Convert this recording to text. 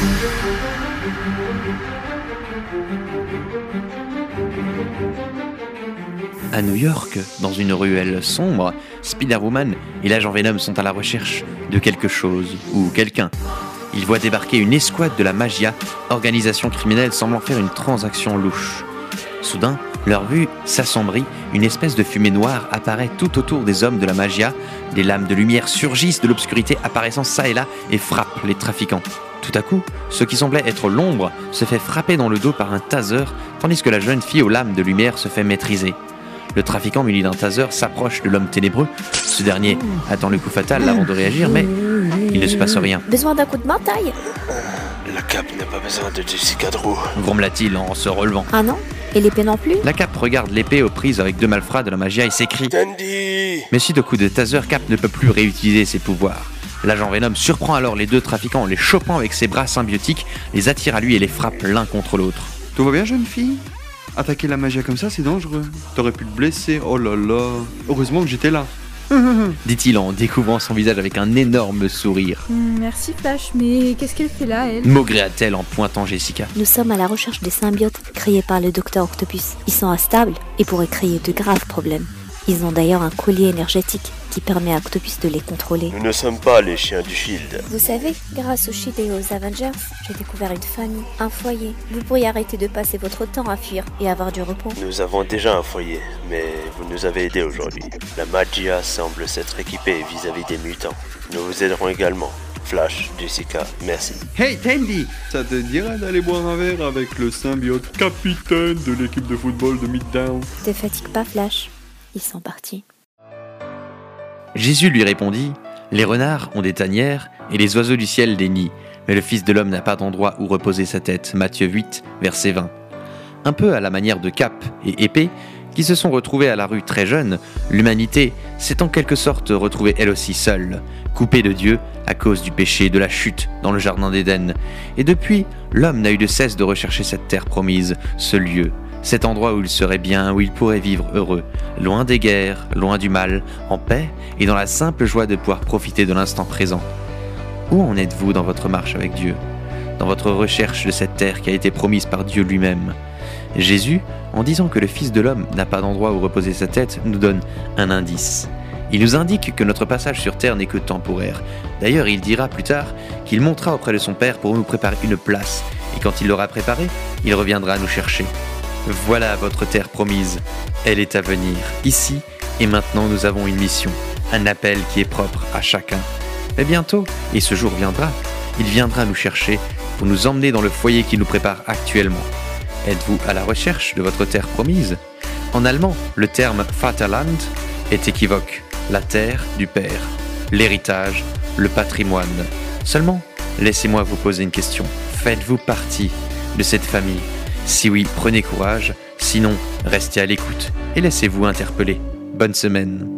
À New York, dans une ruelle sombre, Spider-Woman et l'agent Venom sont à la recherche de quelque chose ou quelqu'un. Ils voient débarquer une escouade de la Magia, organisation criminelle semblant faire une transaction louche. Soudain, leur vue s'assombrit, une espèce de fumée noire apparaît tout autour des hommes de la Magia, des lames de lumière surgissent de l'obscurité apparaissant çà et là et frappent les trafiquants. Tout à coup, ce qui semblait être l'ombre se fait frapper dans le dos par un taser, tandis que la jeune fille aux lames de lumière se fait maîtriser. Le trafiquant muni d'un taser s'approche de l'homme ténébreux. Ce dernier attend le coup fatal avant de réagir, mais il ne se passe rien. Besoin d'un coup de main, taille ? La cape n'a pas besoin de Jessica Drew. Grommela-t-il en se relevant. Ah non ? Et l'épée non plus ? La Cap regarde l'épée aux prises avec deux malfrats de la Magia et s'écrie. Tandy! Mais suite au coup de taser, Cap ne peut plus réutiliser ses pouvoirs. L'agent Venom surprend alors les deux trafiquants en les chopant avec ses bras symbiotiques, les attire à lui et les frappe l'un contre l'autre. Tout va bien, jeune fille ? Attaquer la Magia comme ça, c'est dangereux. T'aurais pu te blesser, oh là là. Heureusement que j'étais là. Dit-il en découvrant son visage avec un énorme sourire. Merci Flash, mais qu'est-ce qu'elle fait là, elle ? Maugréa-t-elle en pointant Jessica. Nous sommes à la recherche des symbiotes créés par le Docteur Octopus. Ils sont instables et pourraient créer de graves problèmes. Ils ont d'ailleurs un collier énergétique qui permet à Octopus de les contrôler. Nous ne sommes pas les chiens du Shield. Vous savez, grâce au Shield et aux Avengers, j'ai découvert une famille, un foyer. Vous pourriez arrêter de passer votre temps à fuir et avoir du repos. Nous avons déjà un foyer, mais vous nous avez aidés aujourd'hui. La Magia semble s'être équipée vis-à-vis des mutants. Nous vous aiderons également. Flash, Jessica, merci. Hey Tandy, ça te dirait d'aller boire un verre avec le symbiote capitaine de l'équipe de football de Midtown ? Te fatigue pas, Flash. Ils sont partis. Jésus lui répondit, « Les renards ont des tanières et les oiseaux du ciel des nids, mais le Fils de l'homme n'a pas d'endroit où reposer sa tête. » Matthieu 8, verset 20. Un peu à la manière de Cap et Épée, qui se sont retrouvés à la rue très jeunes, l'humanité s'est en quelque sorte retrouvée elle aussi seule, coupée de Dieu à cause du péché, de la chute dans le jardin d'Éden. Et depuis, l'homme n'a eu de cesse de rechercher cette terre promise, ce lieu, cet endroit où il serait bien, où il pourrait vivre heureux, loin des guerres, loin du mal, en paix et dans la simple joie de pouvoir profiter de l'instant présent. Où en êtes-vous dans votre marche avec Dieu, dans votre recherche de cette terre qui a été promise par Dieu lui-même ? Jésus, en disant que le Fils de l'homme n'a pas d'endroit où reposer sa tête, nous donne un indice. Il nous indique que notre passage sur terre n'est que temporaire. D'ailleurs, il dira plus tard qu'il montera auprès de son Père pour nous préparer une place, et quand il l'aura préparée, il reviendra nous chercher. Voilà votre terre promise. Elle est à venir. Ici et maintenant, nous avons une mission, un appel qui est propre à chacun. Mais bientôt, et ce jour viendra, il viendra nous chercher pour nous emmener dans le foyer qu'il nous prépare actuellement. Êtes-vous à la recherche de votre terre promise ? En allemand, le terme Vaterland est équivoque. La terre du Père, l'héritage, le patrimoine. Seulement, laissez-moi vous poser une question. Faites-vous partie de cette famille ? Si oui, prenez courage, sinon, restez à l'écoute et laissez-vous interpeller. Bonne semaine.